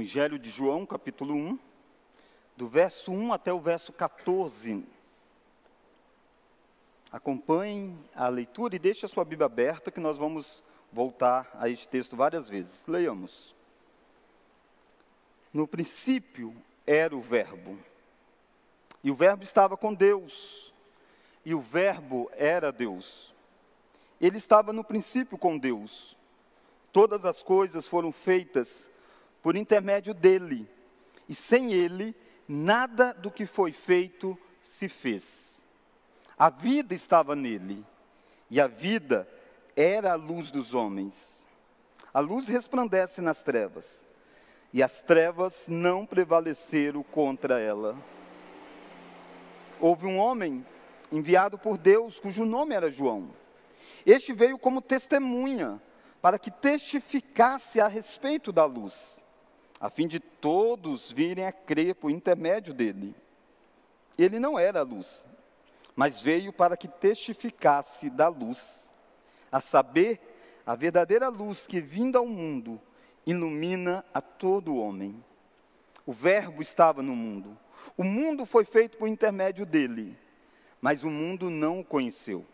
Evangelho de João, capítulo 1, do verso 1 até o verso 14. Acompanhem a leitura e deixe a sua Bíblia aberta, que nós vamos voltar a este texto várias vezes. Leiamos. No princípio era o Verbo, e o Verbo estava com Deus, e o Verbo era Deus. Ele estava no princípio com Deus. Todas as coisas foram feitas por intermédio dele, e sem ele, nada do que foi feito se fez. A vida estava nele, e a vida era a luz dos homens. A luz resplandece nas trevas, e as trevas não prevaleceram contra ela. Houve um homem enviado por Deus, cujo nome era João. Este veio como testemunha, para que testificasse a respeito da luz, a fim de todos virem a crer por intermédio dele. Ele não era a luz, mas veio para que testificasse da luz, a saber, a verdadeira luz que, vinda ao mundo, ilumina a todo homem. O Verbo estava no mundo. O mundo foi feito por intermédio dele, mas o mundo não o conheceu.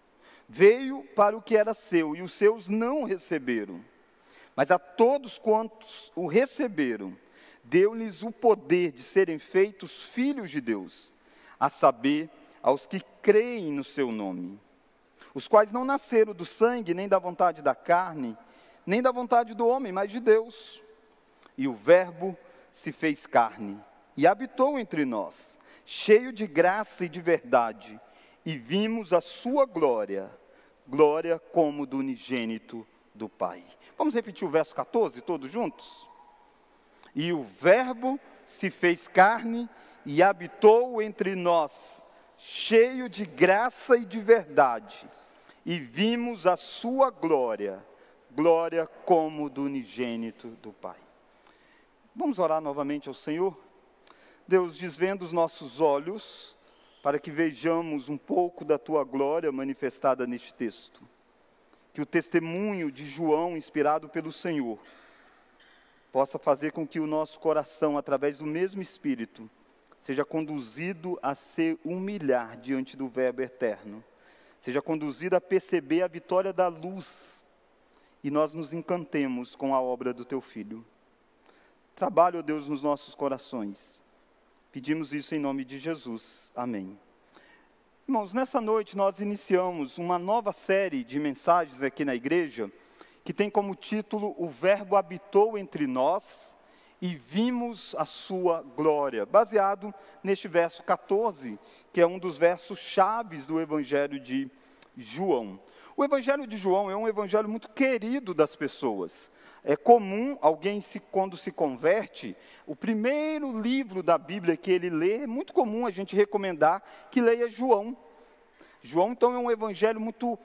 Veio para o que era seu, e os seus não o receberam. Mas a todos quantos o receberam, deu-lhes o poder de serem feitos filhos de Deus, a saber, aos que creem no seu nome, os quais não nasceram do sangue, nem da vontade da carne, nem da vontade do homem, mas de Deus. E o Verbo se fez carne, e habitou entre nós, cheio de graça e de verdade, e vimos a sua glória, glória como do unigênito do Pai. Vamos repetir o verso 14, todos juntos? E o Verbo se fez carne e habitou entre nós, cheio de graça e de verdade, e vimos a sua glória, glória como do unigênito do Pai. Vamos orar novamente ao Senhor? Deus, desvenda os nossos olhos, para que vejamos um pouco da tua glória manifestada neste texto. Que o testemunho de João, inspirado pelo Senhor, possa fazer com que o nosso coração, através do mesmo Espírito, seja conduzido a se humilhar diante do Verbo eterno, seja conduzido a perceber a vitória da luz, e nós nos encantemos com a obra do teu Filho. Trabalha, ó Deus, nos nossos corações. Pedimos isso em nome de Jesus. Amém. Irmãos, nessa noite nós iniciamos uma nova série de mensagens aqui na igreja, que tem como título O Verbo habitou entre nós e vimos a sua glória, baseado neste verso 14, que é um dos versos chaves do Evangelho de João. O Evangelho de João é um evangelho muito querido das pessoas. É comum alguém, quando se converte, o primeiro livro da Bíblia que ele lê, é muito comum a gente recomendar que leia João. João, então, é um evangelho muito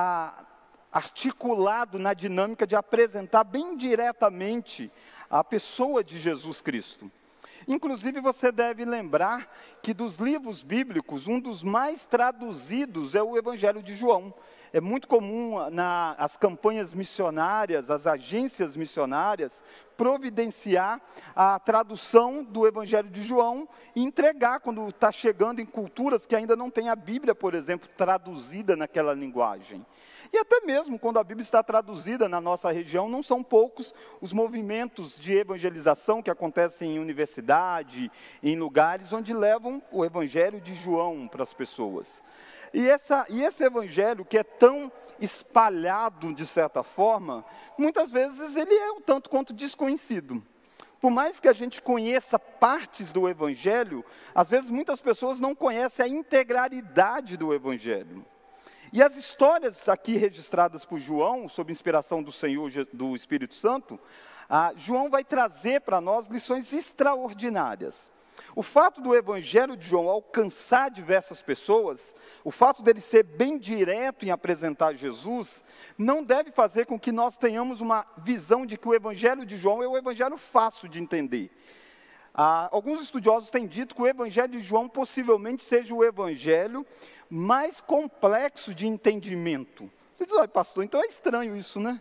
articulado na dinâmica de apresentar bem diretamente a pessoa de Jesus Cristo. Inclusive, você deve lembrar que dos livros bíblicos, um dos mais traduzidos é o Evangelho de João. É muito comum as campanhas missionárias, as agências missionárias, providenciar a tradução do Evangelho de João e entregar quando está chegando em culturas que ainda não tem a Bíblia, por exemplo, traduzida naquela linguagem. E até mesmo quando a Bíblia está traduzida na nossa região, não são poucos os movimentos de evangelização que acontecem em universidade, em lugares onde levam o Evangelho de João para as pessoas. E esse evangelho que é tão espalhado, de certa forma, muitas vezes ele é um tanto quanto desconhecido. Por mais que a gente conheça partes do evangelho, às vezes muitas pessoas não conhecem a integralidade do evangelho. E as histórias aqui registradas por João, sob inspiração do Senhor, do Espírito Santo, João vai trazer para nós lições extraordinárias. O fato do Evangelho de João alcançar diversas pessoas, o fato dele ser bem direto em apresentar Jesus, não deve fazer com que nós tenhamos uma visão de que o Evangelho de João é um evangelho fácil de entender. Alguns estudiosos têm dito que o Evangelho de João possivelmente seja o evangelho mais complexo de entendimento. Você diz, olha pastor, então é estranho isso, né?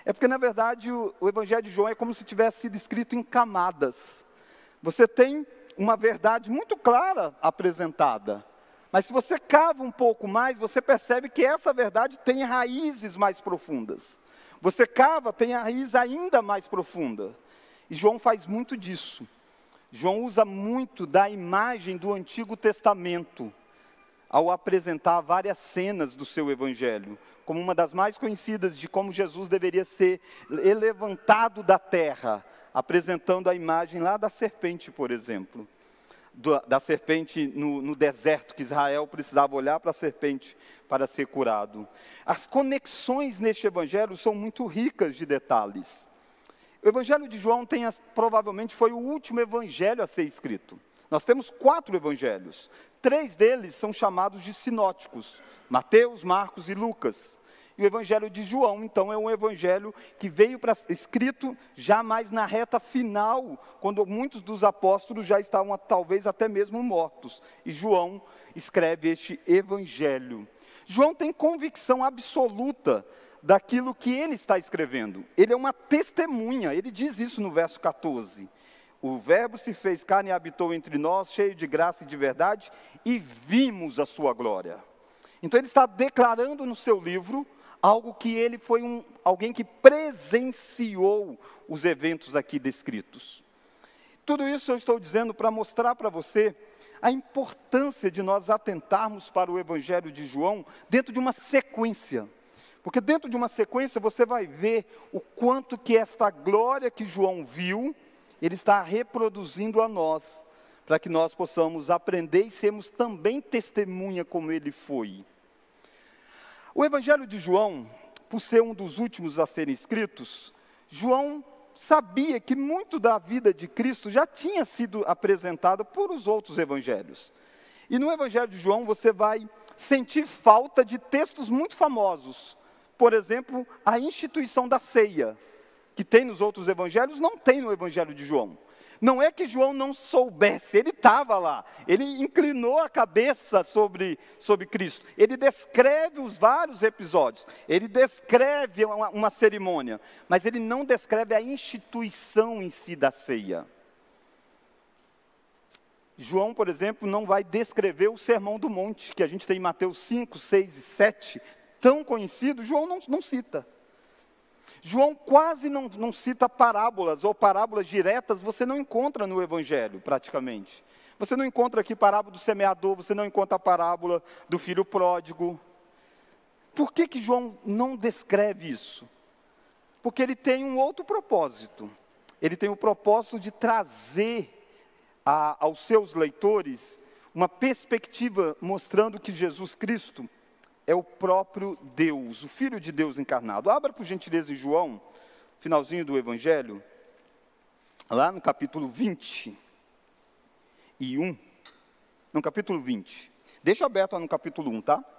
É porque, na verdade, o Evangelho de João é como se tivesse sido escrito em camadas. Você tem uma verdade muito clara apresentada, mas se você cava um pouco mais, você percebe que essa verdade tem raízes mais profundas. Você cava, tem a raiz ainda mais profunda. E João faz muito disso. João usa muito da imagem do Antigo Testamento ao apresentar várias cenas do seu evangelho, como uma das mais conhecidas de como Jesus deveria ser levantado da terra, apresentando a imagem lá da serpente, por exemplo, da serpente no deserto, que Israel precisava olhar para a serpente para ser curado. As conexões neste evangelho são muito ricas de detalhes. O Evangelho de João provavelmente foi o último evangelho a ser escrito. Nós temos 4 evangelhos. 3 deles são chamados de sinóticos: Mateus, Marcos e Lucas. E o Evangelho de João, então, é um evangelho que veio escrito já mais na reta final, quando muitos dos apóstolos já estavam talvez até mesmo mortos. E João escreve este evangelho. João tem convicção absoluta daquilo que ele está escrevendo. Ele é uma testemunha, ele diz isso no verso 14. O verbo se fez carne e habitou entre nós, cheio de graça e de verdade, e vimos a sua glória. Então ele está declarando no seu livro algo que ele foi alguém que presenciou os eventos aqui descritos. Tudo isso eu estou dizendo para mostrar para você a importância de nós atentarmos para o Evangelho de João dentro de uma sequência. Porque dentro de uma sequência você vai ver o quanto que esta glória que João viu, ele está reproduzindo a nós, para que nós possamos aprender e sermos também testemunha como ele foi. O Evangelho de João, por ser um dos últimos a serem escritos, João sabia que muito da vida de Cristo já tinha sido apresentada por os outros evangelhos. E no Evangelho de João você vai sentir falta de textos muito famosos. Por exemplo, a instituição da ceia, que tem nos outros evangelhos, não tem no Evangelho de João. Não é que João não soubesse, ele estava lá, ele inclinou a cabeça sobre Cristo, ele descreve os vários episódios, ele descreve uma cerimônia, mas ele não descreve a instituição em si da ceia. João, por exemplo, não vai descrever o Sermão do Monte, que a gente tem em Mateus 5, 6 e 7, tão conhecido. João não cita. João quase não cita parábolas, ou parábolas diretas, você não encontra no Evangelho, praticamente. Você não encontra aqui parábola do semeador, você não encontra a parábola do filho pródigo. Por que João não descreve isso? Porque ele tem um outro propósito. Ele tem o propósito de trazer aos seus leitores uma perspectiva mostrando que Jesus Cristo é o próprio Deus, o Filho de Deus encarnado. Abra por gentileza em João, finalzinho do Evangelho, lá no capítulo 21. No capítulo 20. Deixa aberto lá no capítulo 1, tá?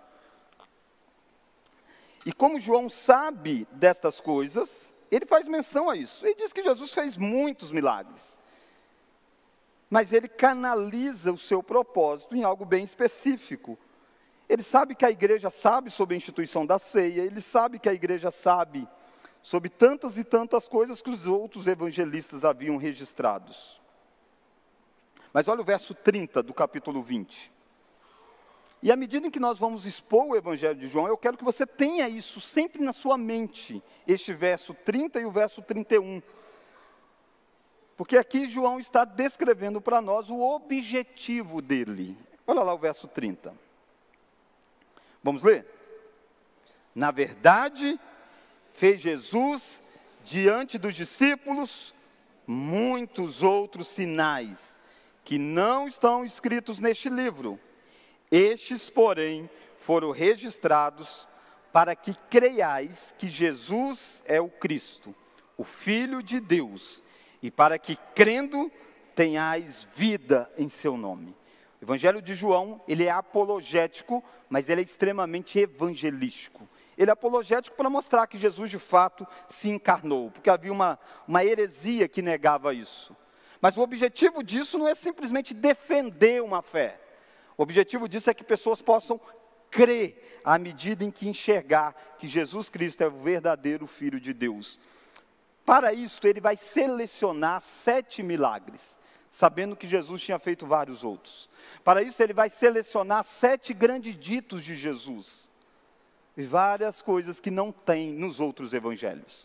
E como João sabe destas coisas, ele faz menção a isso. Ele diz que Jesus fez muitos milagres. Mas ele canaliza o seu propósito em algo bem específico. Ele sabe que a igreja sabe sobre a instituição da ceia, ele sabe que a igreja sabe sobre tantas e tantas coisas que os outros evangelistas haviam registrados. Mas olha o verso 30 do capítulo 20. E à medida em que nós vamos expor o Evangelho de João, eu quero que você tenha isso sempre na sua mente, este verso 30 e o verso 31. Porque aqui João está descrevendo para nós o objetivo dele. Olha lá o verso 30. Vamos ler? Na verdade, fez Jesus, diante dos discípulos, muitos outros sinais, que não estão escritos neste livro. Estes, porém, foram registrados para que creiais que Jesus é o Cristo, o Filho de Deus, e para que, crendo, tenhais vida em seu nome. O Evangelho de João, ele é apologético, mas ele é extremamente evangelístico. Ele é apologético para mostrar que Jesus, de fato, se encarnou, porque havia uma heresia que negava isso. Mas o objetivo disso não é simplesmente defender uma fé. O objetivo disso é que pessoas possam crer à medida em que enxergar que Jesus Cristo é o verdadeiro Filho de Deus. Para isso, ele vai selecionar 7 milagres, sabendo que Jesus tinha feito vários outros. Para isso, ele vai selecionar 7 grandes ditos de Jesus, e várias coisas que não tem nos outros evangelhos.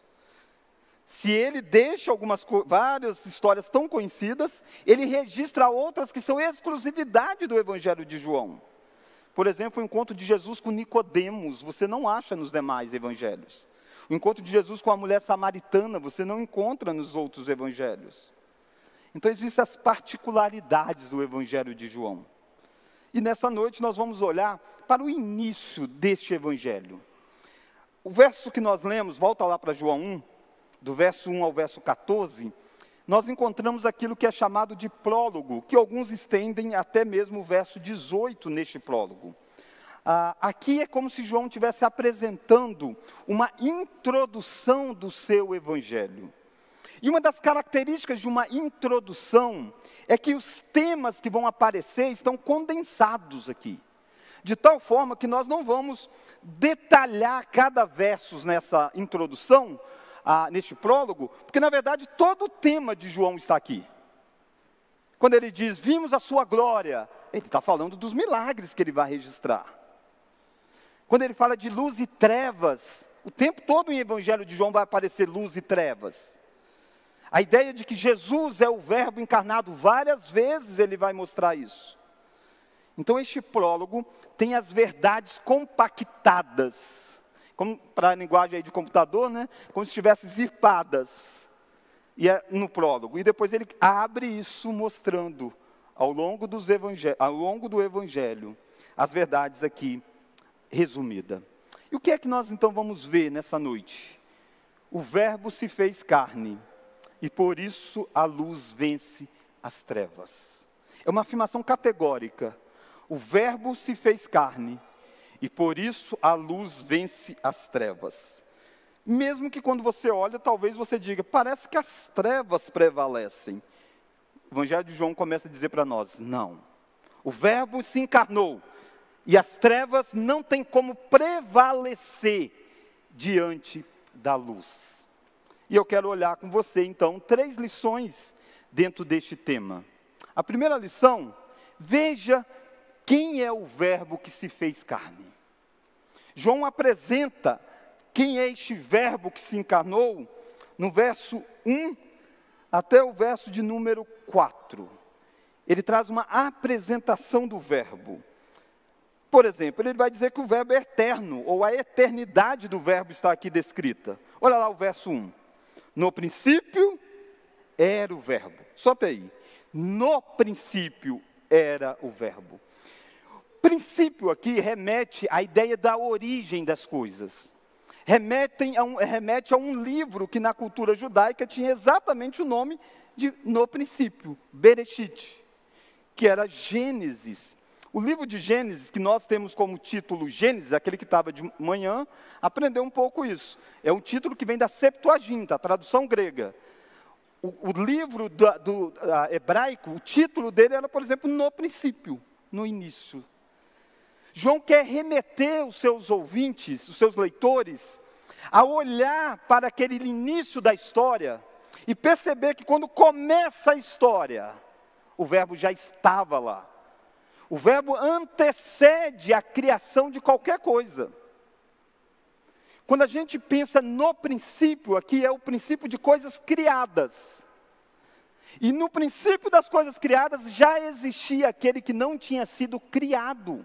Se ele deixa várias histórias tão conhecidas, ele registra outras que são exclusividade do Evangelho de João. Por exemplo, o encontro de Jesus com Nicodemos, você não acha nos demais evangelhos. O encontro de Jesus com a mulher samaritana, você não encontra nos outros evangelhos. Então, existem as particularidades do Evangelho de João. E nessa noite nós vamos olhar para o início deste Evangelho. O verso que nós lemos, volta lá para João 1, do verso 1 ao verso 14, nós encontramos aquilo que é chamado de prólogo, que alguns estendem até mesmo o verso 18 neste prólogo. Aqui é como se João estivesse apresentando uma introdução do seu evangelho. E uma das características de uma introdução é que os temas que vão aparecer estão condensados aqui. De tal forma que nós não vamos detalhar cada verso nessa introdução, neste prólogo, porque na verdade todo o tema de João está aqui. Quando ele diz, vimos a sua glória, ele está falando dos milagres que ele vai registrar. Quando ele fala de luz e trevas, o tempo todo em Evangelho de João vai aparecer luz e trevas. A ideia de que Jesus é o Verbo encarnado, várias vezes ele vai mostrar isso. Então este prólogo tem as verdades compactadas, como para a linguagem aí de computador, né? Como se estivessem zipadas no prólogo. E depois ele abre isso mostrando ao longo do Evangelho as verdades aqui resumidas. E o que é que nós então vamos ver nessa noite? O Verbo se fez carne e por isso a luz vence as trevas. É uma afirmação categórica. O Verbo se fez carne e por isso a luz vence as trevas. Mesmo que quando você olha, talvez você diga, parece que as trevas prevalecem. O Evangelho de João começa a dizer para nós, não. O Verbo se encarnou e as trevas não têm como prevalecer diante da luz. E eu quero olhar com você, então, 3 lições dentro deste tema. A primeira lição, veja quem é o Verbo que se fez carne. João apresenta quem é este Verbo que se encarnou no verso 1 até o verso de número 4. Ele traz uma apresentação do Verbo. Por exemplo, ele vai dizer que o Verbo é eterno, ou a eternidade do Verbo está aqui descrita. Olha lá o verso 1. No princípio era o Verbo. Só até aí. No princípio era o Verbo. Princípio aqui remete à ideia da origem das coisas. Remete a um livro que na cultura judaica tinha exatamente o nome de No princípio, Bereshit, que era Gênesis. O livro de Gênesis, que nós temos como título Gênesis, aquele que estava de manhã, aprendeu um pouco isso. É um título que vem da Septuaginta, a tradução grega. O livro do hebraico, o título dele era, por exemplo, No princípio, no início. João quer remeter os seus ouvintes, os seus leitores, a olhar para aquele início da história e perceber que quando começa a história, o Verbo já estava lá. O Verbo antecede a criação de qualquer coisa. Quando a gente pensa no princípio, aqui é o princípio de coisas criadas. E no princípio das coisas criadas já existia aquele que não tinha sido criado.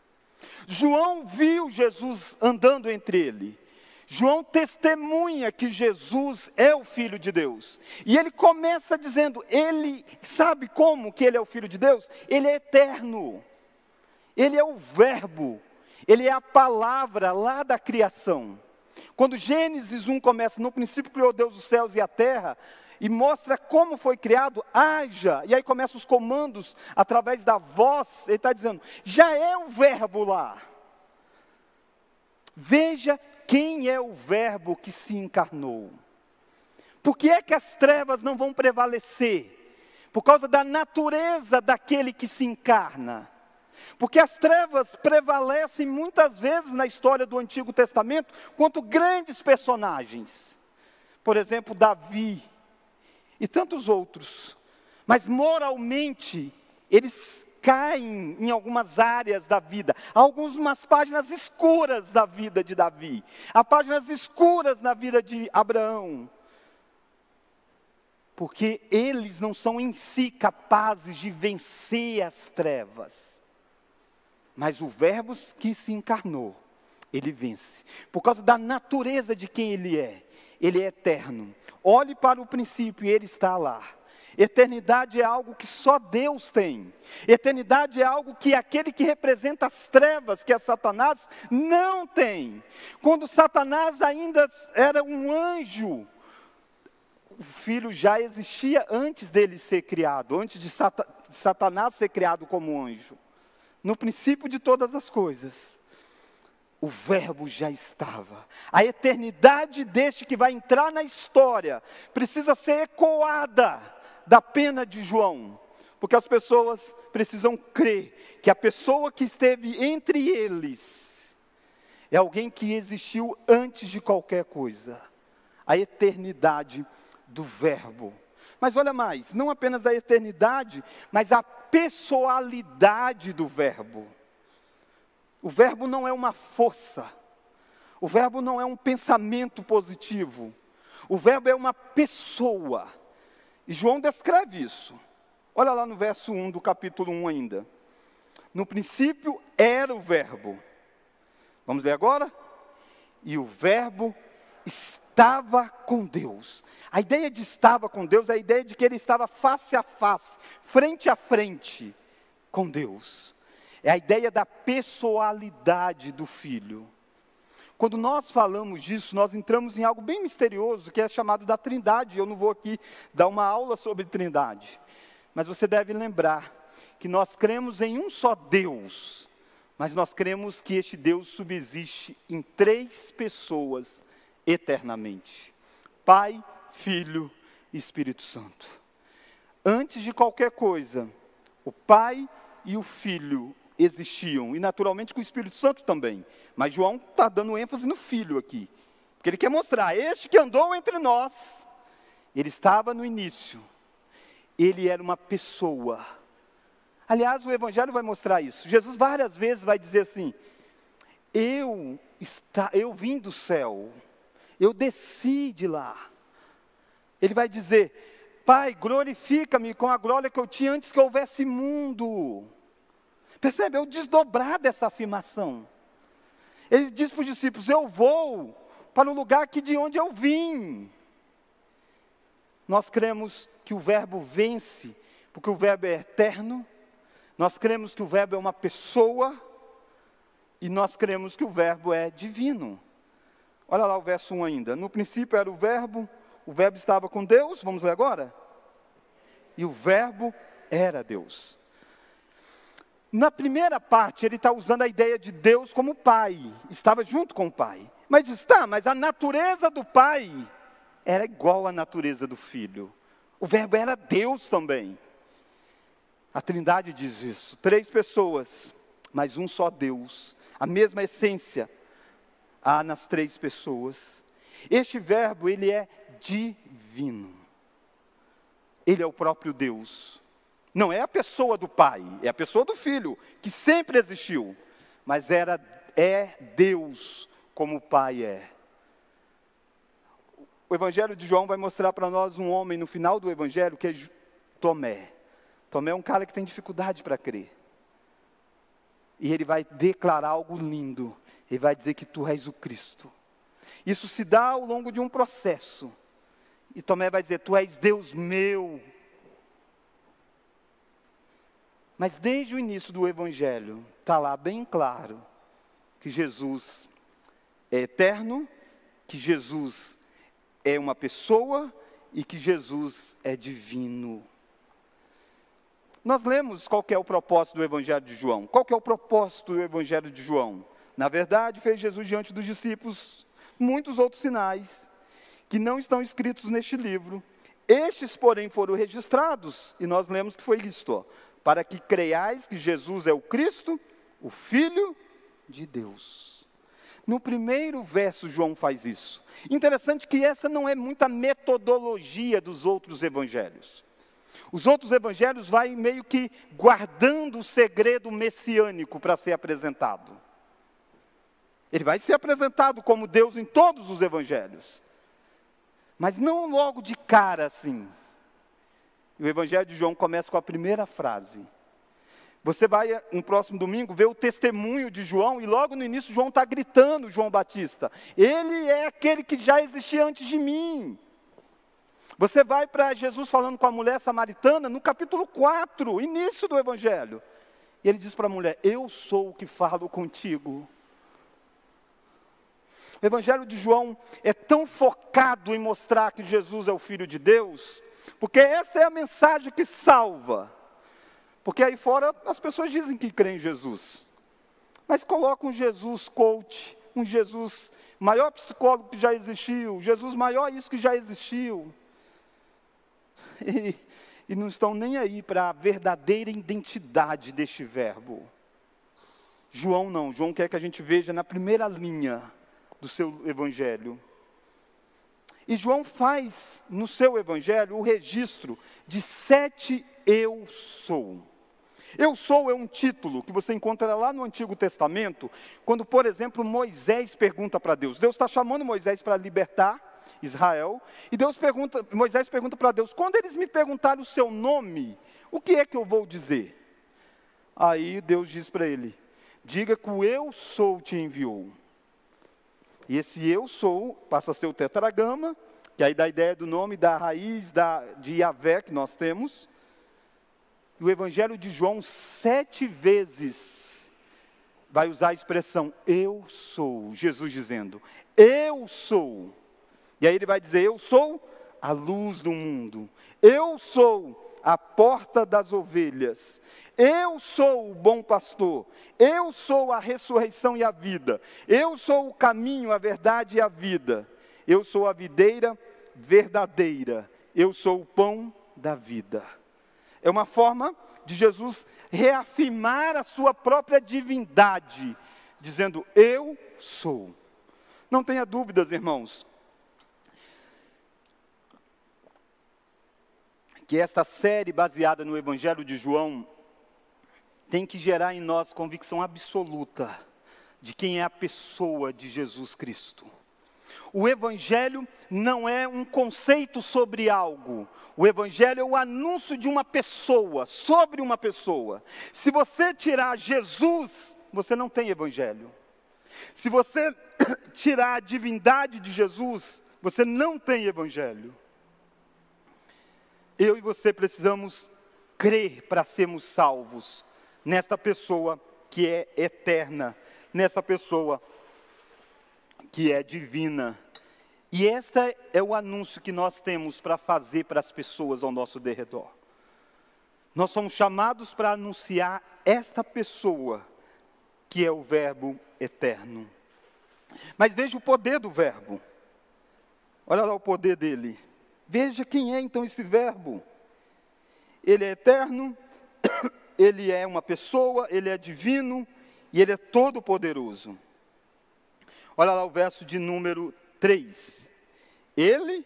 João viu Jesus andando entre ele. João testemunha que Jesus é o Filho de Deus. E ele começa dizendo, ele sabe como que ele é o Filho de Deus? Ele é eterno. Ele é o Verbo. Ele é a palavra lá da criação. Quando Gênesis 1 começa, no princípio criou Deus os céus e a terra, e mostra como foi criado, haja. E aí começam os comandos através da voz. Ele está dizendo, já é o Verbo lá. Veja quem é o Verbo que se encarnou. Por que é que as trevas não vão prevalecer? Por causa da natureza daquele que se encarna. Porque as trevas prevalecem muitas vezes na história do Antigo Testamento quanto grandes personagens. Por exemplo, Davi e tantos outros. Mas moralmente, eles caem em algumas áreas da vida. Há algumas páginas escuras da vida de Davi. Há páginas escuras na vida de Abraão. Porque eles não são em si capazes de vencer as trevas. Mas o Verbo que se encarnou, ele vence. Por causa da natureza de quem ele é. Ele é eterno. Olhe para o princípio e ele está lá. Eternidade é algo que só Deus tem. Eternidade é algo que aquele que representa as trevas, que é Satanás, não tem. Quando Satanás ainda era um anjo, o filho já existia antes dele ser criado, antes de Satanás ser criado como anjo. No princípio de todas as coisas, o Verbo já estava. A eternidade deste que vai entrar na história precisa ser ecoada da pena de João, porque as pessoas precisam crer que a pessoa que esteve entre eles é alguém que existiu antes de qualquer coisa. A eternidade do Verbo. Mas olha mais, não apenas a eternidade, mas a pessoalidade do Verbo. O Verbo não é uma força. O Verbo não é um pensamento positivo. O Verbo é uma pessoa. E João descreve isso. Olha lá no verso 1 do capítulo 1 ainda. No princípio era o Verbo. Vamos ver agora? E o Verbo estava com Deus. A ideia de estava com Deus é a ideia de que ele estava face a face, frente a frente com Deus. É a ideia da pessoalidade do Filho. Quando nós falamos disso, nós entramos em algo bem misterioso, que é chamado da Trindade. Eu não vou aqui dar uma aula sobre Trindade, mas você deve lembrar que nós cremos em um só Deus, mas nós cremos que este Deus subsiste em 3 pessoas eternamente: Pai, Filho e Espírito Santo. Antes de qualquer coisa, o Pai e o Filho existiam, e naturalmente com o Espírito Santo também. Mas João está dando ênfase no Filho aqui, porque ele quer mostrar, este que andou entre nós, ele estava no início, ele era uma pessoa. Aliás, o Evangelho vai mostrar isso. Jesus várias vezes vai dizer assim: eu vim do céu, eu desci de lá. Ele vai dizer: Pai, glorifica-me com a glória que eu tinha antes que houvesse mundo. Percebe? É o desdobrar dessa afirmação. Ele diz para os discípulos: eu vou para o lugar que de onde eu vim. Nós cremos que o Verbo vence, porque o Verbo é eterno. Nós cremos que o Verbo é uma pessoa. E nós cremos que o Verbo é divino. Olha lá o verso 1 ainda. No princípio era o Verbo estava com Deus. Vamos ler agora? E o Verbo era Deus. Na primeira parte, ele está usando a ideia de Deus como Pai. Estava junto com o Pai. Mas diz, mas a natureza do Pai era igual à natureza do Filho. O Verbo era Deus também. A Trindade diz isso. 3 pessoas, mas um só Deus. A mesma essência há nas 3 pessoas. Este Verbo, ele é divino. Ele é o próprio Deus. Não é a pessoa do Pai, é a pessoa do Filho, que sempre existiu. Mas é Deus como o Pai é. O Evangelho de João vai mostrar para nós um homem no final do Evangelho que é Tomé. Tomé é um cara que tem dificuldade para crer. E ele vai declarar algo lindo. Ele vai dizer que tu és o Cristo. Isso se dá ao longo de um processo. E Tomé vai dizer, tu és Deus meu. Mas desde o início do Evangelho, está lá bem claro que Jesus é eterno, que Jesus é uma pessoa e que Jesus é divino. Nós lemos qual que é o propósito do Evangelho de João. Qual que é o propósito do Evangelho de João? Na verdade, fez Jesus diante dos discípulos muitos outros sinais que não estão escritos neste livro. Estes, porém, foram registrados, e nós lemos que foi isto, para que creiais que Jesus é o Cristo, o Filho de Deus. No primeiro verso, João faz isso. Interessante que essa não é muita metodologia dos outros evangelhos. Os outros evangelhos vai meio que guardando o segredo messiânico para ser apresentado. Ele vai ser apresentado como Deus em todos os evangelhos. Mas não logo de cara assim. O evangelho de João começa com a primeira frase. Você vai, no próximo domingo, ver o testemunho de João, e logo no início João está gritando, João Batista. Ele é aquele que já existia antes de mim. Você vai para Jesus falando com a mulher samaritana, no capítulo 4, início do evangelho. E ele diz para a mulher, eu sou o que falo contigo. O evangelho de João é tão focado em mostrar que Jesus é o Filho de Deus, porque essa é a mensagem que salva. Porque aí fora as pessoas dizem que creem em Jesus, mas colocam um Jesus coach, um Jesus maior psicólogo que já existiu, Jesus maior isso que já existiu. E não estão nem aí para a verdadeira identidade deste verbo. João não, João quer que a gente veja na primeira linha do seu evangelho. E João faz no seu evangelho o registro de 7 eu sou. Eu sou é um título que você encontra lá no Antigo Testamento, quando, por exemplo, Moisés pergunta para Deus. Deus está chamando Moisés para libertar Israel, e Moisés pergunta para Deus, quando eles me perguntarem o seu nome, o que é que eu vou dizer? Aí Deus diz para ele, diga que o eu sou te enviou. E esse eu sou passa a ser o tetragrama, que aí dá a ideia do nome, da raiz de Yahvé que nós temos. E o Evangelho de João 7 vezes vai usar a expressão eu sou, Jesus dizendo, eu sou. E aí ele vai dizer, eu sou a luz do mundo, eu sou a porta das ovelhas, eu sou o bom pastor, eu sou a ressurreição e a vida, eu sou o caminho, a verdade e a vida, eu sou a videira verdadeira, eu sou o pão da vida. É uma forma de Jesus reafirmar a sua própria divindade, dizendo, eu sou. Não tenha dúvidas, irmãos, que esta série baseada no Evangelho de João tem que gerar em nós convicção absoluta de quem é a pessoa de Jesus Cristo. O Evangelho não é um conceito sobre algo. O Evangelho é o anúncio de uma pessoa, sobre uma pessoa. Se você tirar Jesus, você não tem Evangelho. Se você tirar a divindade de Jesus, você não tem Evangelho. Eu e você precisamos crer para sermos salvos nesta pessoa que é eterna, nessa pessoa que é divina. E este é o anúncio que nós temos para fazer para as pessoas ao nosso derredor. Nós somos chamados para anunciar esta pessoa que é o Verbo eterno. Mas veja o poder do Verbo. Olha lá o poder dele. Veja quem é então esse verbo. Ele é eterno, ele é uma pessoa, ele é divino e ele é todo poderoso. Olha lá o verso de número 3. Ele,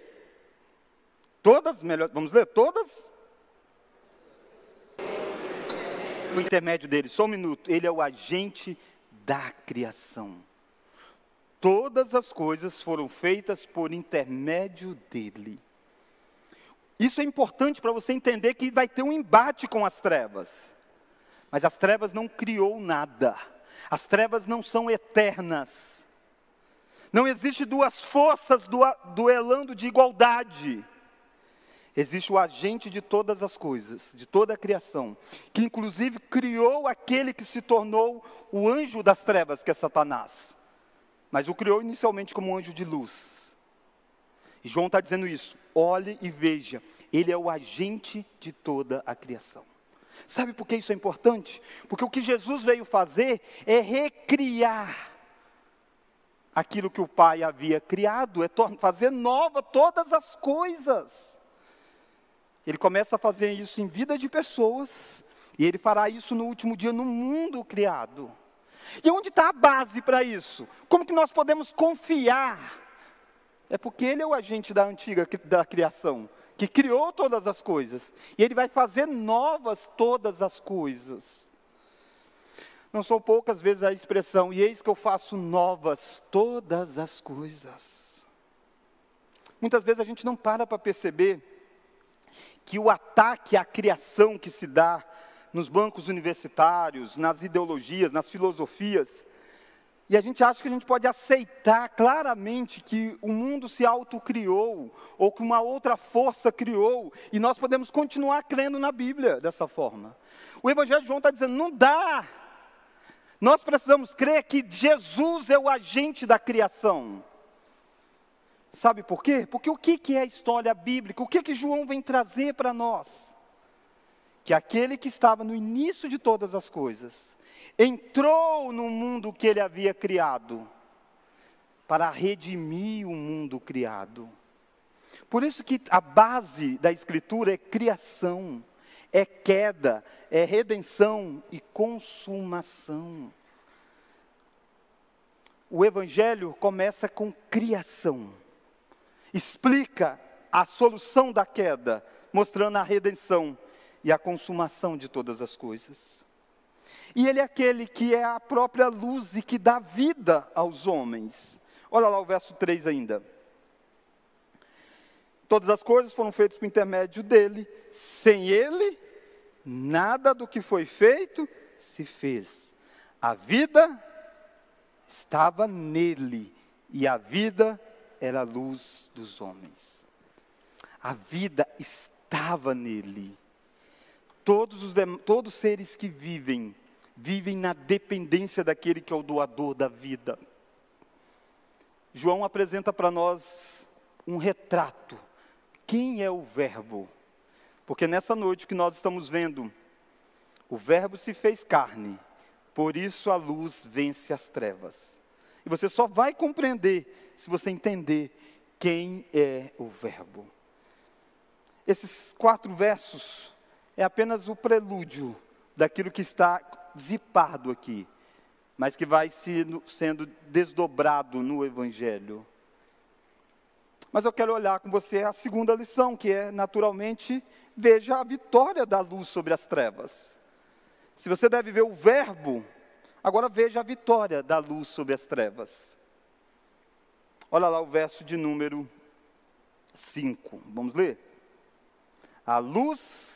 vamos ler todas? O intermédio dele, só um minuto, ele é o agente da criação. Todas as coisas foram feitas por intermédio dele. Isso é importante para você entender que vai ter um embate com as trevas. Mas as trevas não criou nada. As trevas não são eternas. Não existe duas forças duelando de igualdade. Existe o agente de todas as coisas, de toda a criação, que inclusive criou aquele que se tornou o anjo das trevas, que é Satanás. Mas o criou inicialmente como um anjo de luz. E João está dizendo isso. Olhe e veja, ele é o agente de toda a criação. Sabe por que isso é importante? Porque o que Jesus veio fazer é recriar aquilo que o Pai havia criado, é fazer nova todas as coisas. Ele começa a fazer isso em vida de pessoas, E Ele fará isso no último dia no mundo criado. E onde está a base para isso? Como que nós podemos confiar? É porque Ele é o agente da antiga da criação, que criou todas as coisas. E Ele vai fazer novas todas as coisas. Não são poucas vezes a expressão, e eis que eu faço novas todas as coisas. Muitas vezes a gente não para perceber que o ataque à criação que se dá nos bancos universitários, nas ideologias, nas filosofias, e a gente acha que a gente pode aceitar claramente que o mundo se autocriou, ou que uma outra força criou, e nós podemos continuar crendo na Bíblia dessa forma. O Evangelho de João está dizendo, não dá. Nós precisamos crer que Jesus é o agente da criação. Sabe por quê? Porque o que é a história bíblica? O que João vem trazer para nós? Que aquele que estava no início de todas as coisas, entrou no mundo que ele havia criado, para redimir o mundo criado. Por isso que a base da Escritura é criação, é queda, é redenção e consumação. O Evangelho começa com criação. Explica a solução da queda, mostrando a redenção e a consumação de todas as coisas. E Ele é aquele que é a própria luz e que dá vida aos homens. Olha lá o verso 3 ainda. Todas as coisas foram feitas por intermédio dEle. Sem Ele, nada do que foi feito se fez. A vida estava nele e a vida era a luz dos homens. A vida estava nele. Todos os seres que vivem na dependência daquele que é o doador da vida. João apresenta para nós um retrato. Quem é o Verbo? Porque nessa noite que nós estamos vendo, o Verbo se fez carne, por isso a luz vence as trevas. E você só vai compreender se você entender quem é o Verbo. Esses 4 versos é apenas o prelúdio daquilo que está zipado aqui, mas que vai sendo desdobrado no Evangelho. Mas eu quero olhar com você a segunda lição, que é, naturalmente, veja a vitória da luz sobre as trevas. Se você deve ver o Verbo, agora veja a vitória da luz sobre as trevas. Olha lá o verso de número 5, vamos ler? A luz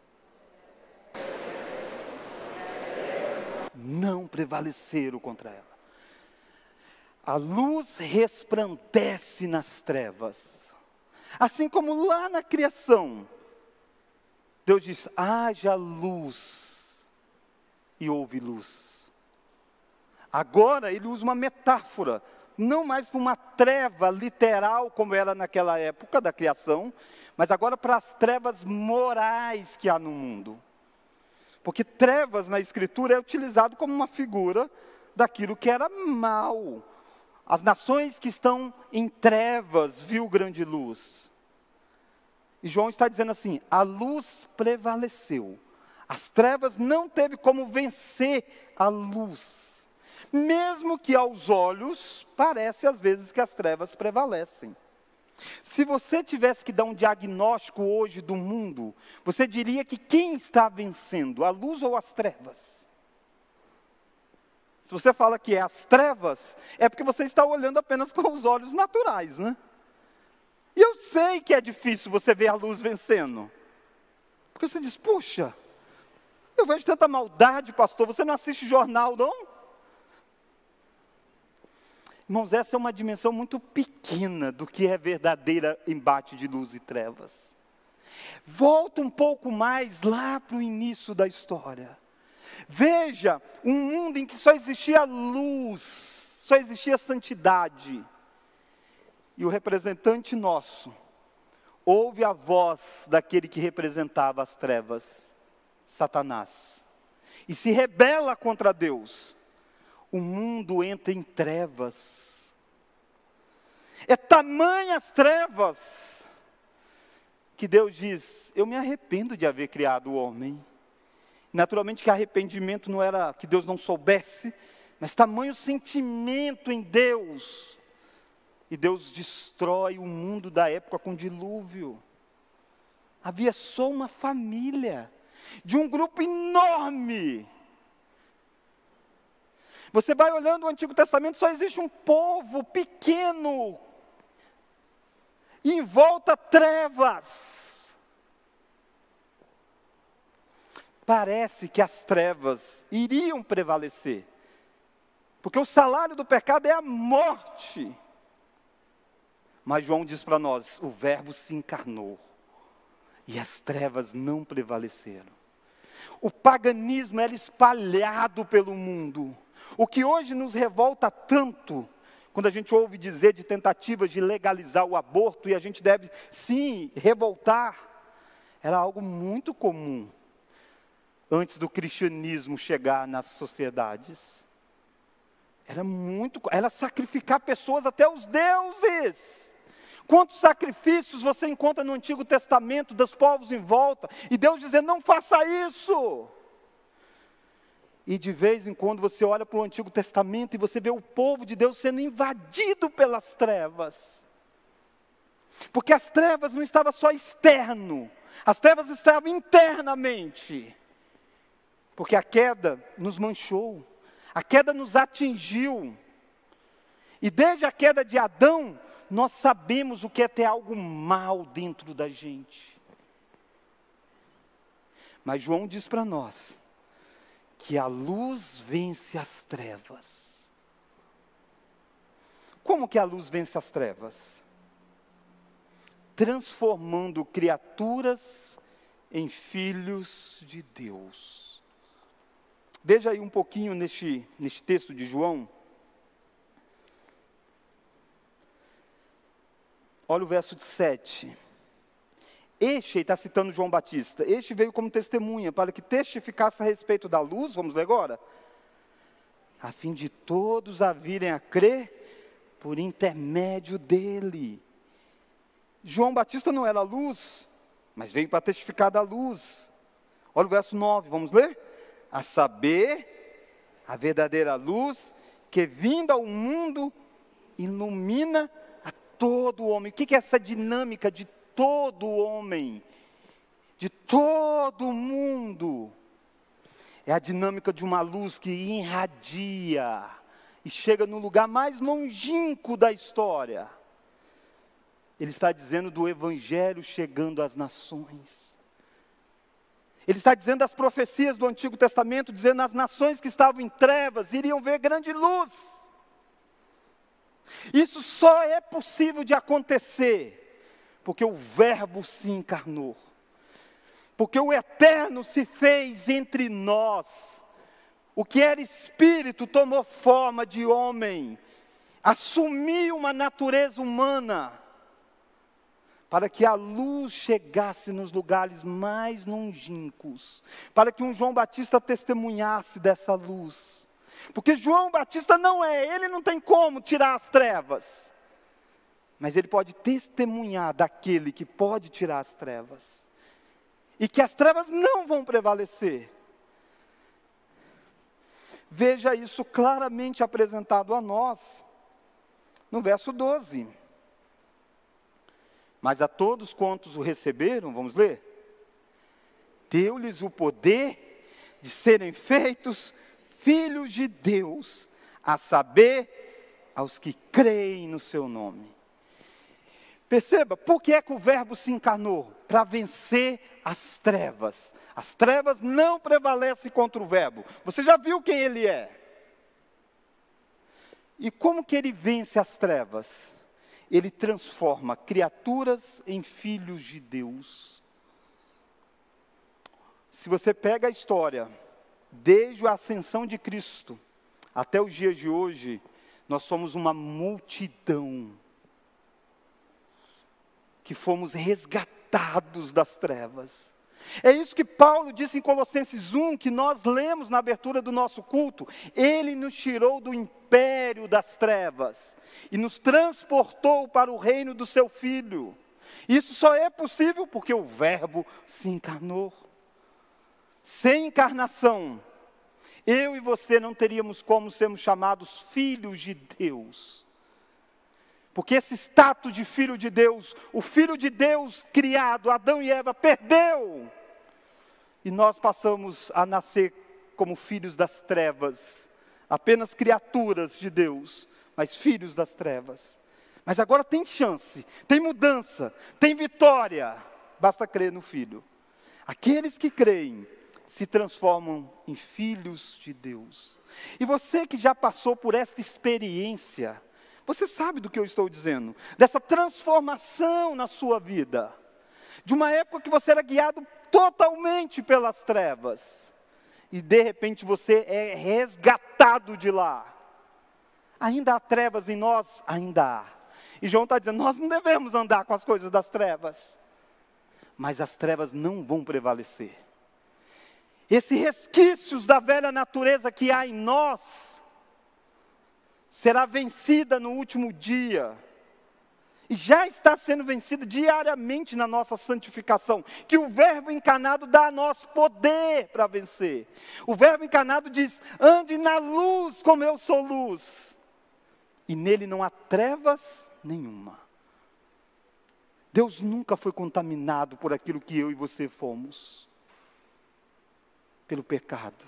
não prevaleceram contra ela. A luz resplandece nas trevas. Assim como lá na criação, Deus diz, haja luz, e houve luz. Agora Ele usa uma metáfora, não mais para uma treva literal, como era naquela época da criação, mas agora para as trevas morais que há no mundo. Porque trevas na Escritura é utilizado como uma figura daquilo que era mal. As nações que estão em trevas viu grande luz. E João está dizendo assim, a luz prevaleceu. As trevas não teve como vencer a luz. Mesmo que aos olhos, parece às vezes que as trevas prevalecem. Se você tivesse que dar um diagnóstico hoje do mundo, você diria que quem está vencendo, a luz ou as trevas? Se você fala que é as trevas, é porque você está olhando apenas com os olhos naturais, né? E eu sei que é difícil você ver a luz vencendo. Porque você diz, puxa, eu vejo tanta maldade, pastor, você não assiste jornal, não? Irmãos, essa é uma dimensão muito pequena do que é verdadeira embate de luz e trevas. Volta um pouco mais lá para o início da história. Veja, um mundo em que só existia luz, só existia santidade. E o representante nosso ouve a voz daquele que representava as trevas, Satanás, e se rebela contra Deus. O mundo entra em trevas. É tamanhas trevas que Deus diz, eu me arrependo de haver criado o homem. Naturalmente que arrependimento não era que Deus não soubesse, mas tamanho sentimento em Deus. E Deus destrói o mundo da época com dilúvio. Havia só uma família, de um grupo enorme. Você vai olhando o Antigo Testamento, só existe um povo pequeno, e em volta trevas. Parece que as trevas iriam prevalecer, porque o salário do pecado é a morte. Mas João diz para nós, o Verbo se encarnou, e as trevas não prevaleceram. O paganismo era espalhado pelo mundo. O que hoje nos revolta tanto, quando a gente ouve dizer de tentativas de legalizar o aborto, e a gente deve sim revoltar, era algo muito comum, antes do cristianismo chegar nas sociedades. Era sacrificar pessoas até os deuses. Quantos sacrifícios você encontra no Antigo Testamento dos povos em volta, e Deus dizendo, não faça isso. E de vez em quando você olha para o Antigo Testamento e você vê o povo de Deus sendo invadido pelas trevas. Porque as trevas não estavam só externo, as trevas estavam internamente. Porque a queda nos manchou, a queda nos atingiu. E desde a queda de Adão, nós sabemos o que é ter algo mal dentro da gente. Mas João diz para nós que a luz vence as trevas. Como que a luz vence as trevas? Transformando criaturas em filhos de Deus. Veja aí um pouquinho neste texto de João. Olha o verso 7. Este, está citando João Batista, este veio como testemunha, para que testificasse a respeito da luz, vamos ler agora? A fim de todos a virem a crer por intermédio dele. João Batista não era a luz, mas veio para testificar da luz. Olha o verso 9, vamos ler? A saber, a verdadeira luz, que vindo ao mundo, ilumina a todo homem. O que é essa dinâmica de todo homem, de todo mundo? É a dinâmica de uma luz que irradia e chega no lugar mais longínquo da história. Ele está dizendo do Evangelho chegando às nações. Ele está dizendo as profecias do Antigo Testamento, dizendo as nações que estavam em trevas iriam ver grande luz. Isso só é possível de acontecer porque o Verbo se encarnou, porque o Eterno se fez entre nós. O que era espírito tomou forma de homem, assumiu uma natureza humana, para que a luz chegasse nos lugares mais longínquos, para que um João Batista testemunhasse dessa luz. Porque João Batista ele não tem como tirar as trevas, mas ele pode testemunhar daquele que pode tirar as trevas, e que as trevas não vão prevalecer. Veja isso claramente apresentado a nós, no verso 12. Mas a todos quantos o receberam, vamos ler? Deu-lhes o poder de serem feitos filhos de Deus, a saber, aos que creem no seu nome. Perceba, por que é que o Verbo se encarnou? Para vencer as trevas. As trevas não prevalecem contra o Verbo. Você já viu quem ele é? E como que ele vence as trevas? Ele transforma criaturas em filhos de Deus. Se você pega a história, desde a ascensão de Cristo até os dias de hoje, nós somos uma multidão que fomos resgatados das trevas. É isso que Paulo disse em Colossenses 1, que nós lemos na abertura do nosso culto. Ele nos tirou do império das trevas e nos transportou para o reino do seu Filho. Isso só é possível porque o Verbo se encarnou. Sem encarnação, eu e você não teríamos como sermos chamados filhos de Deus. Porque esse status de filho de Deus, o filho de Deus criado, Adão e Eva, perdeu. E nós passamos a nascer como filhos das trevas. Apenas criaturas de Deus, mas filhos das trevas. Mas agora tem chance, tem mudança, tem vitória. Basta crer no Filho. Aqueles que creem se transformam em filhos de Deus. E você que já passou por esta experiência, você sabe do que eu estou dizendo, dessa transformação na sua vida, de uma época que você era guiado totalmente pelas trevas, e de repente você é resgatado de lá. Ainda há trevas em nós? Ainda há. E João está dizendo, nós não devemos andar com as coisas das trevas, mas as trevas não vão prevalecer. Esses resquícios da velha natureza que há em nós, será vencida no último dia, e já está sendo vencida diariamente na nossa santificação, que o Verbo encarnado dá a nós poder para vencer. O Verbo encarnado diz, ande na luz como eu sou luz, e nele não há trevas nenhuma. Deus nunca foi contaminado por aquilo que eu e você fomos, pelo pecado.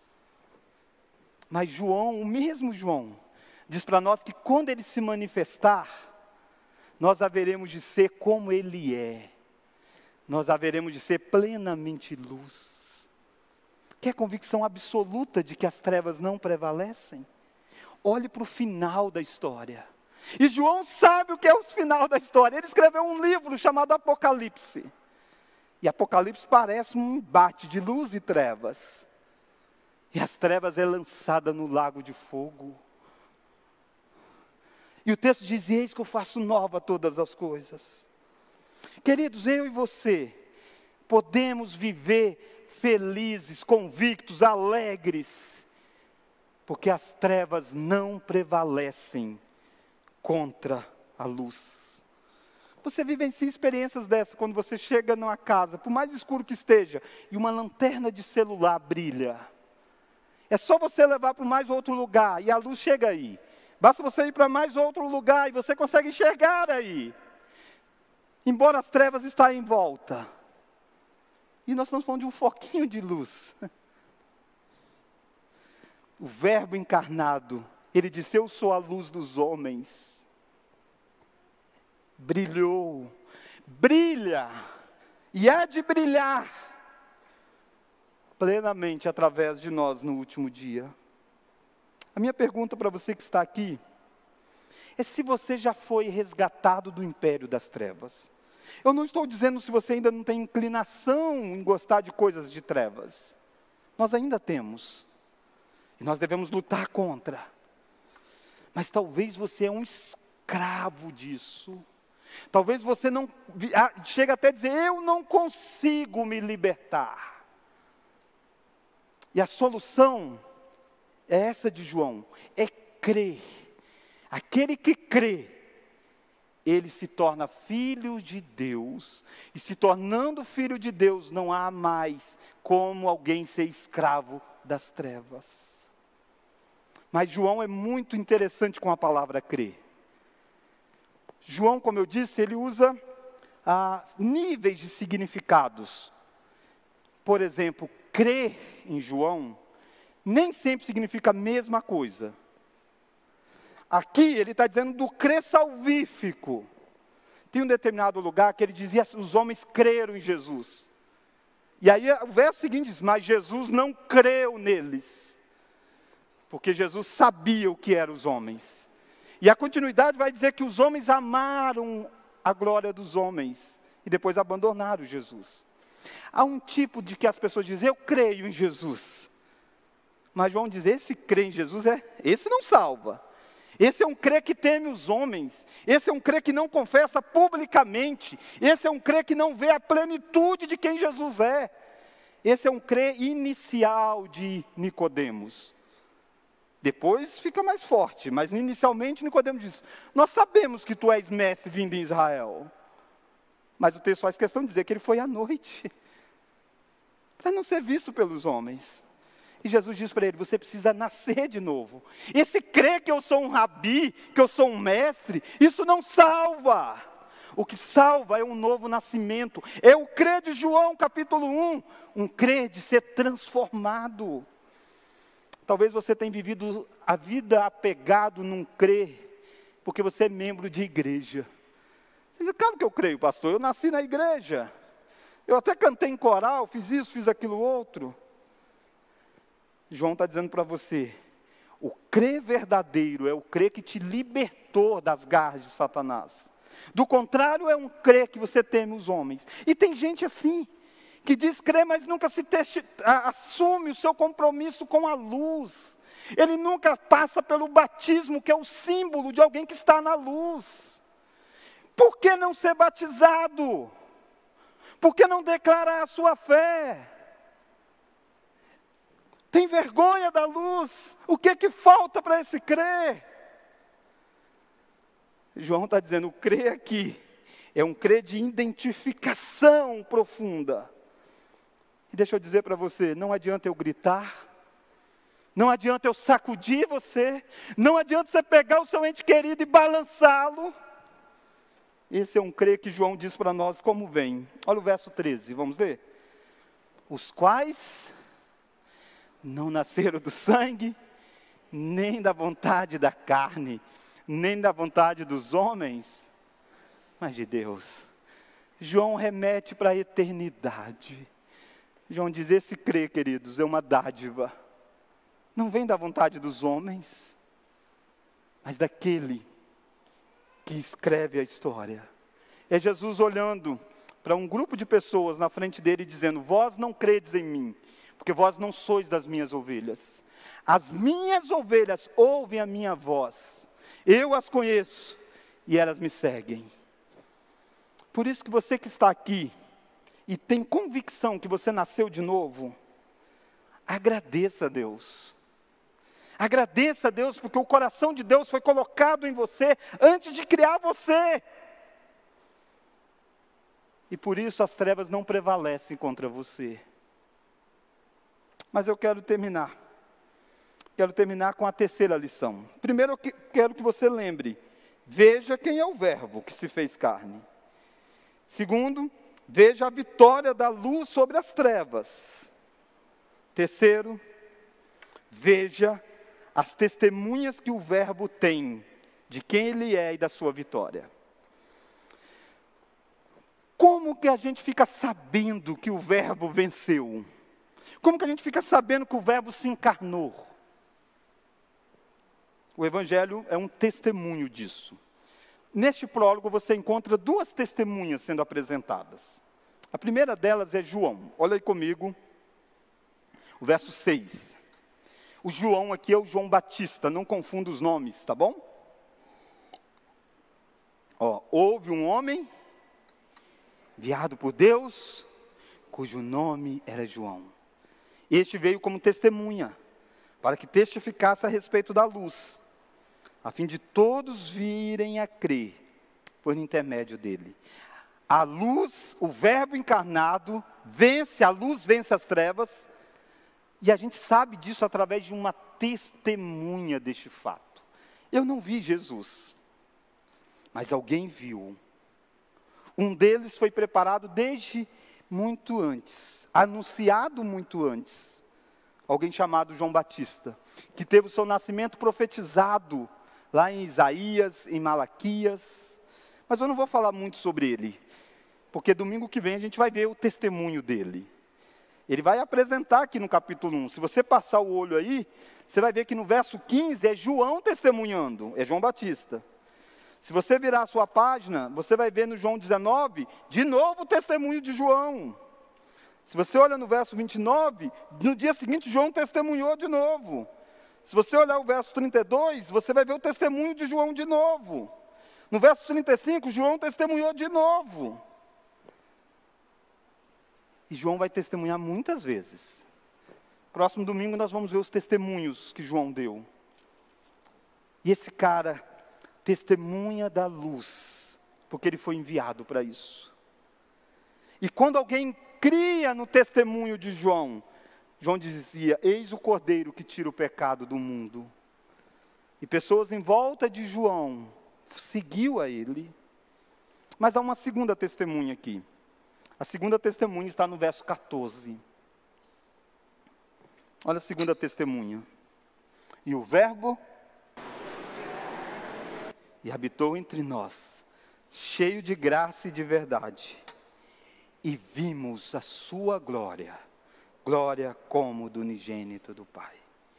Mas João, o mesmo João, diz para nós que quando ele se manifestar, nós haveremos de ser como ele é. Nós haveremos de ser plenamente luz. Quer convicção absoluta de que as trevas não prevalecem? Olhe para o final da história. E João sabe o que é o final da história. Ele escreveu um livro chamado Apocalipse. E Apocalipse parece um embate de luz e trevas. E as trevas é lançada no lago de fogo. E o texto diz, eis que eu faço nova todas as coisas. Queridos, eu e você podemos viver felizes, convictos, alegres, porque as trevas não prevalecem contra a luz. Você vivencia experiências dessas quando você chega numa casa, por mais escuro que esteja, e uma lanterna de celular brilha. É só você levar para mais outro lugar e a luz chega aí. Basta você ir para mais outro lugar e você consegue enxergar aí. Embora as trevas estejam em volta. E nós estamos falando de um foquinho de luz. O Verbo encarnado, ele disse, eu sou a luz dos homens. Brilhou, brilha, e há de brilhar plenamente através de nós no último dia. A minha pergunta para você que está aqui, é se você já foi resgatado do império das trevas. Eu não estou dizendo se você ainda não tem inclinação em gostar de coisas de trevas. Nós ainda temos. E nós devemos lutar contra. Mas talvez você é um escravo disso. Talvez você não chega até a dizer, eu não consigo me libertar. E a solução é essa de João, é crer. Aquele que crê, ele se torna filho de Deus. E se tornando filho de Deus, não há mais como alguém ser escravo das trevas. Mas João é muito interessante com a palavra crer. João, como eu disse, ele usa níveis de significados. Por exemplo, crer em João nem sempre significa a mesma coisa. Aqui ele está dizendo do crer salvífico. Tem um determinado lugar que ele dizia, os homens creram em Jesus. E aí o verso seguinte diz, mas Jesus não creu neles. Porque Jesus sabia o que eram os homens. E a continuidade vai dizer que os homens amaram a glória dos homens. E depois abandonaram Jesus. Há um tipo de que as pessoas dizem, eu creio em Jesus. Mas João diz, esse crer em Jesus, esse não salva. Esse é um crer que teme os homens. Esse é um crer que não confessa publicamente. Esse é um crer que não vê a plenitude de quem Jesus é. Esse é um crer inicial de Nicodemos. Depois fica mais forte, mas inicialmente Nicodemos diz, nós sabemos que tu és mestre vindo em Israel. Mas o texto faz questão de dizer que ele foi à noite. para não ser visto pelos homens. E Jesus diz para ele, você precisa nascer de novo. Esse crer que eu sou um rabi, que eu sou um mestre, isso não salva. O que salva é um novo nascimento. É o crer de João capítulo 1, um crer de ser transformado. Talvez você tenha vivido a vida apegado num crer, porque você é membro de igreja. Você diz, claro que eu creio, pastor, eu nasci na igreja. Eu até cantei em coral, fiz isso, fiz aquilo outro. João está dizendo para você, o crer verdadeiro é o crer que te libertou das garras de Satanás. Do contrário, é um crer que você teme os homens. E tem gente assim, que diz crer, mas nunca assume o seu compromisso com a luz. Ele nunca passa pelo batismo, que é o símbolo de alguém que está na luz. Por que não ser batizado? Por que não declarar a sua fé? Tem vergonha da luz? O que que falta para esse crer? João está dizendo, o crer aqui é um crer de identificação profunda. E deixa eu dizer para você, não adianta eu gritar, não adianta eu sacudir você, não adianta você pegar o seu ente querido e balançá-lo. Esse é um crer que João diz para nós como vem. Olha o verso 13, vamos ler. Os quais não nasceram do sangue, nem da vontade da carne, nem da vontade dos homens, mas de Deus. João remete para a eternidade. João diz, esse crer, queridos, é uma dádiva. Não vem da vontade dos homens, mas daquele que escreve a história. É Jesus olhando para um grupo de pessoas na frente dele e dizendo, vós não credes em mim, porque vós não sois das minhas ovelhas. As minhas ovelhas ouvem a minha voz. Eu as conheço e elas me seguem. Por isso que você que está aqui e tem convicção que você nasceu de novo, agradeça a Deus. Agradeça a Deus porque o coração de Deus foi colocado em você antes de criar você. E por isso as trevas não prevalecem contra você. Mas eu quero terminar. Quero terminar com a terceira lição. Primeiro eu quero que você lembre. Veja quem é o verbo que se fez carne. Segundo, veja a vitória da luz sobre as trevas. Terceiro, veja as testemunhas que o verbo tem de quem ele é e da sua vitória. Como que a gente fica sabendo que o verbo venceu? Como que a gente fica sabendo que o verbo se encarnou? O Evangelho é um testemunho disso. Neste prólogo você encontra duas testemunhas sendo apresentadas. A primeira delas é João. Olha aí comigo, o verso 6. O João aqui é o João Batista, não confunda os nomes, tá bom? Houve um homem enviado por Deus, cujo nome era João. Este veio como testemunha, para que testificasse a respeito da luz, a fim de todos virem a crer por intermédio dele. A luz, o verbo encarnado, vence, a luz vence as trevas, e a gente sabe disso através de uma testemunha deste fato. Eu não vi Jesus, mas alguém viu. Um deles foi preparado desde muito antes, anunciado muito antes. Alguém chamado João Batista, que teve o seu nascimento profetizado lá em Isaías, em Malaquias. Mas eu não vou falar muito sobre ele, porque domingo que vem a gente vai ver o testemunho dele. Ele vai apresentar aqui no capítulo 1. Se você passar o olho aí, você vai ver que no verso 15 é João testemunhando, é João Batista. Se você virar a sua página, você vai ver no João 19, de novo o testemunho de João. Se você olha no verso 29, no dia seguinte João testemunhou de novo. Se você olhar o verso 32, você vai ver o testemunho de João de novo. No verso 35, João testemunhou de novo. E João vai testemunhar muitas vezes. Próximo domingo nós vamos ver os testemunhos que João deu. E esse cara testemunha da luz, porque ele foi enviado para isso. E quando alguém cria no testemunho de João. João dizia: eis o Cordeiro que tira o pecado do mundo. E pessoas em volta de João seguiu a ele. Mas há uma segunda testemunha aqui. A segunda testemunha está no verso 14. Olha a segunda testemunha. E o Verbo e habitou entre nós, cheio de graça e de verdade. E vimos a sua glória, glória como do unigênito do Pai.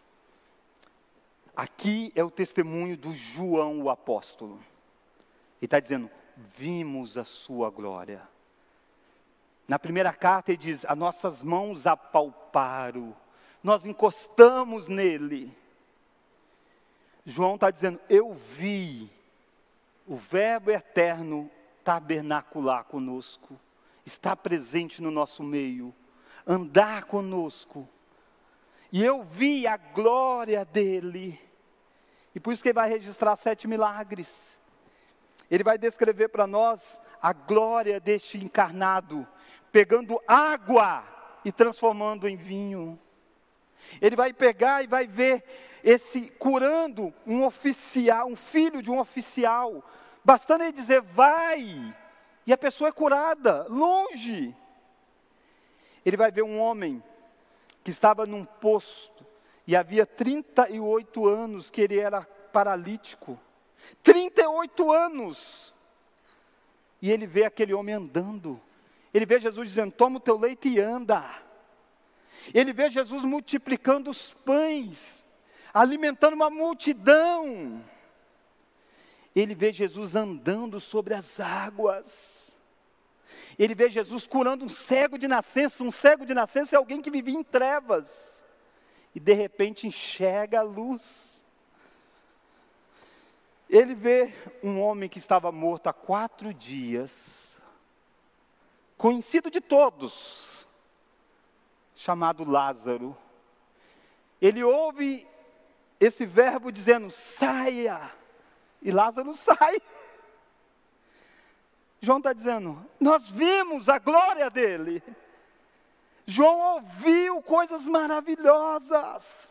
Aqui é o testemunho do João, o apóstolo. Ele está dizendo: vimos a sua glória. Na primeira carta ele diz: as nossas mãos apalparam, nós encostamos nele. João está dizendo: eu vi o Verbo eterno tabernacular conosco, estar presente no nosso meio, andar conosco. E eu vi a glória dele. E por isso que ele vai registrar 7 milagres. Ele vai descrever para nós a glória deste encarnado, pegando água e transformando em vinho. Ele vai pegar e vai ver esse curando um oficial, um filho de um oficial. Bastando ele dizer: vai, e a pessoa é curada, longe. Ele vai ver um homem que estava num posto, e havia 38 anos que ele era paralítico. 38 anos. E ele vê aquele homem andando. Ele vê Jesus dizendo: toma o teu leite e anda. Ele vê Jesus multiplicando os pães, alimentando uma multidão. Ele vê Jesus andando sobre as águas. Ele vê Jesus curando um cego de nascença. Um cego de nascença é alguém que vivia em trevas. E de repente enxerga a luz. Ele vê um homem que estava morto há 4 dias, conhecido de todos, chamado Lázaro. Ele ouve esse verbo dizendo: saia, e Lázaro sai. João está dizendo: nós vimos a glória dele. João ouviu coisas maravilhosas.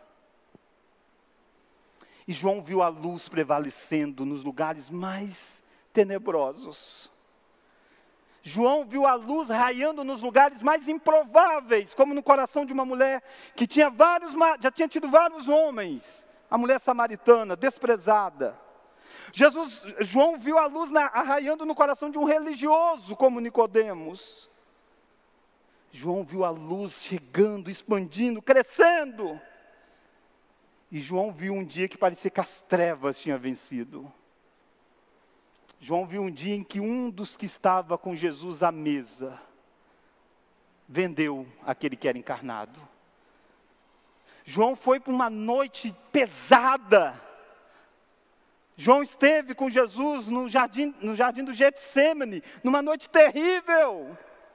E João viu a luz prevalecendo nos lugares mais tenebrosos. João viu a luz raiando nos lugares mais improváveis, como no coração de uma mulher que já tinha tido vários homens, a mulher samaritana, desprezada. João viu a luz raiando no coração de um religioso, como Nicodemos. João viu a luz chegando, expandindo, crescendo. E João viu um dia que parecia que as trevas tinham vencido. João viu um dia em que um dos que estava com Jesus à mesa vendeu aquele que era encarnado. João foi para uma noite pesada. João esteve com Jesus no jardim do Getsêmani, numa noite terrível.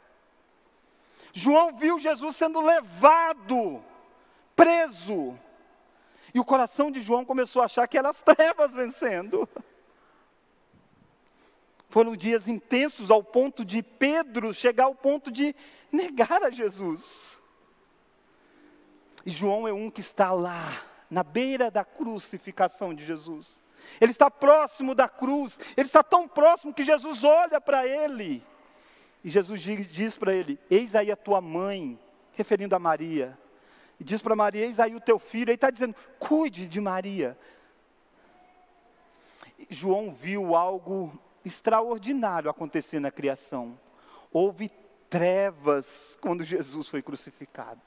João viu Jesus sendo levado, preso. E o coração de João começou a achar que eram as trevas vencendo. Foram dias intensos ao ponto de Pedro chegar ao ponto de negar a Jesus. E João é um que está lá, na beira da crucificação de Jesus. Ele está próximo da cruz, ele está tão próximo que Jesus olha para ele. E Jesus diz para ele: eis aí a tua mãe, referindo a Maria. E diz para Maria: eis aí o teu filho. Ele está dizendo: cuide de Maria. E João viu algo extraordinário acontecer na criação. Houve trevas quando Jesus foi crucificado.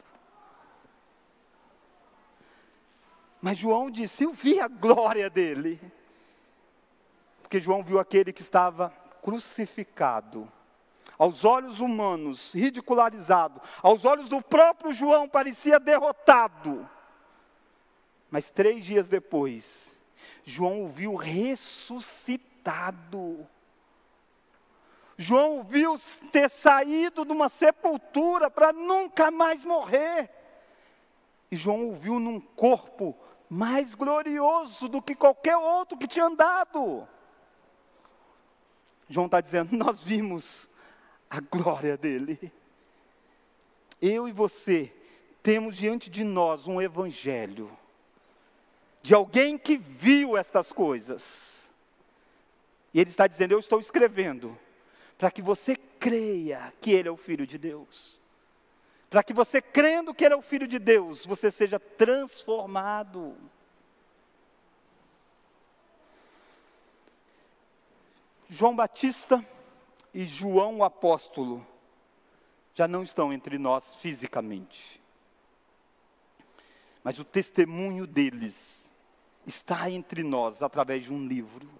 Mas João disse: eu vi a glória dele. Porque João viu aquele que estava crucificado. Aos olhos humanos, ridicularizado. Aos olhos do próprio João, parecia derrotado. Mas 3 dias depois, João o viu ressuscitado. João o viu ter saído de uma sepultura para nunca mais morrer. E João o viu num corpo mais glorioso do que qualquer outro que tinha andado. João está dizendo: nós vimos a glória dele. eu e você temos diante de nós um evangelho de alguém que viu estas coisas. E ele está dizendo, eu estou escrevendo para que você creia que ele é o Filho de Deus. Para que você, crendo que ele é o Filho de Deus, você seja transformado. João Batista e João o apóstolo já não estão entre nós fisicamente. Mas o testemunho deles está entre nós através de um livro.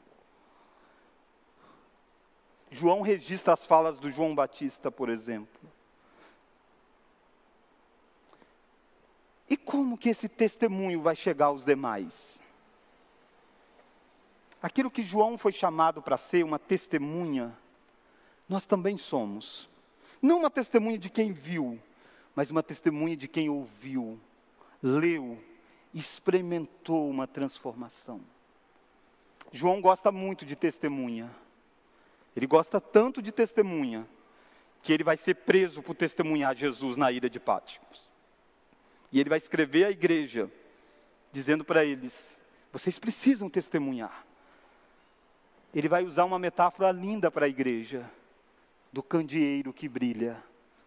João registra as falas do João Batista, por exemplo. E como que esse testemunho vai chegar aos demais? Aquilo que João foi chamado para ser, uma testemunha, nós também somos. Não uma testemunha de quem viu, mas uma testemunha de quem ouviu, leu, experimentou uma transformação. João gosta muito de testemunha. Ele gosta tanto de testemunha, que ele vai ser preso por testemunhar Jesus na ilha de Patmos. E ele vai escrever à igreja, dizendo para eles, vocês precisam testemunhar. Ele vai usar uma metáfora linda para a igreja, do candeeiro que brilha.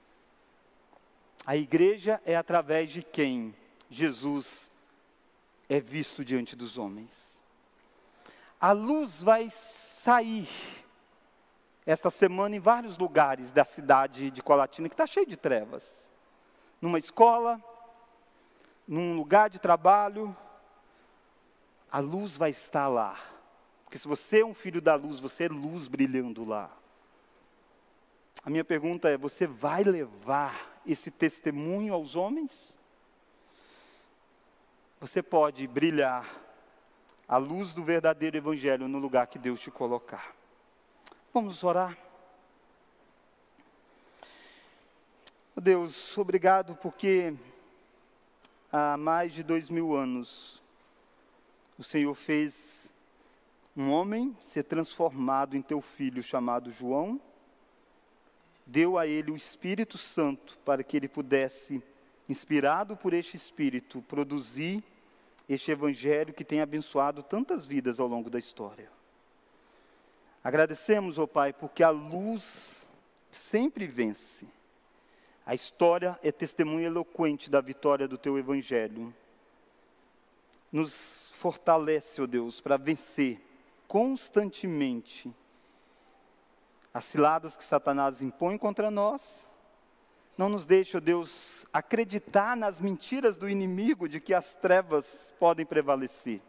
A igreja é através de quem Jesus é visto diante dos homens. A luz vai sair esta semana em vários lugares da cidade de Colatina, que está cheio de trevas. Numa escola, num lugar de trabalho, a luz vai estar lá. Porque se você é um filho da luz, você é luz brilhando lá. A minha pergunta é, você vai levar esse testemunho aos homens? Você pode brilhar a luz do verdadeiro evangelho no lugar que Deus te colocar. Vamos orar. Deus, obrigado porque há mais de 2000 anos o Senhor fez um homem ser transformado em teu filho chamado João, deu a ele o Espírito Santo para que ele pudesse, inspirado por este Espírito, produzir este evangelho que tem abençoado tantas vidas ao longo da história. Agradecemos, ó Pai, porque a luz sempre vence. A história é testemunho eloquente da vitória do teu evangelho. Nos fortalece, ó Deus, para vencer constantemente as ciladas que Satanás impõe contra nós. Não nos deixe, ó Deus, acreditar nas mentiras do inimigo de que as trevas podem prevalecer.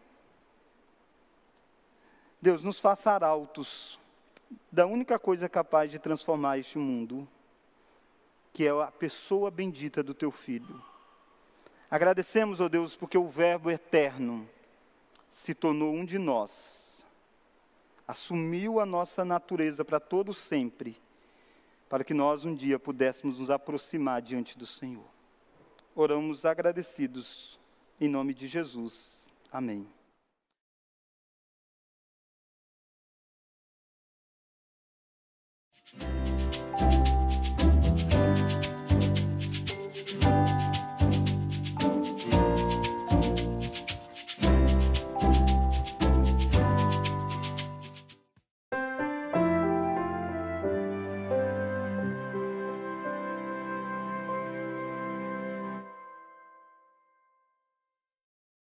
Deus, nos faça arautos da única coisa capaz de transformar este mundo, que é a pessoa bendita do teu Filho. Agradecemos, ó Deus, porque o Verbo eterno se tornou um de nós, assumiu a nossa natureza para todo sempre, para que nós um dia pudéssemos nos aproximar diante do Senhor. Oramos agradecidos, em nome de Jesus. Amém.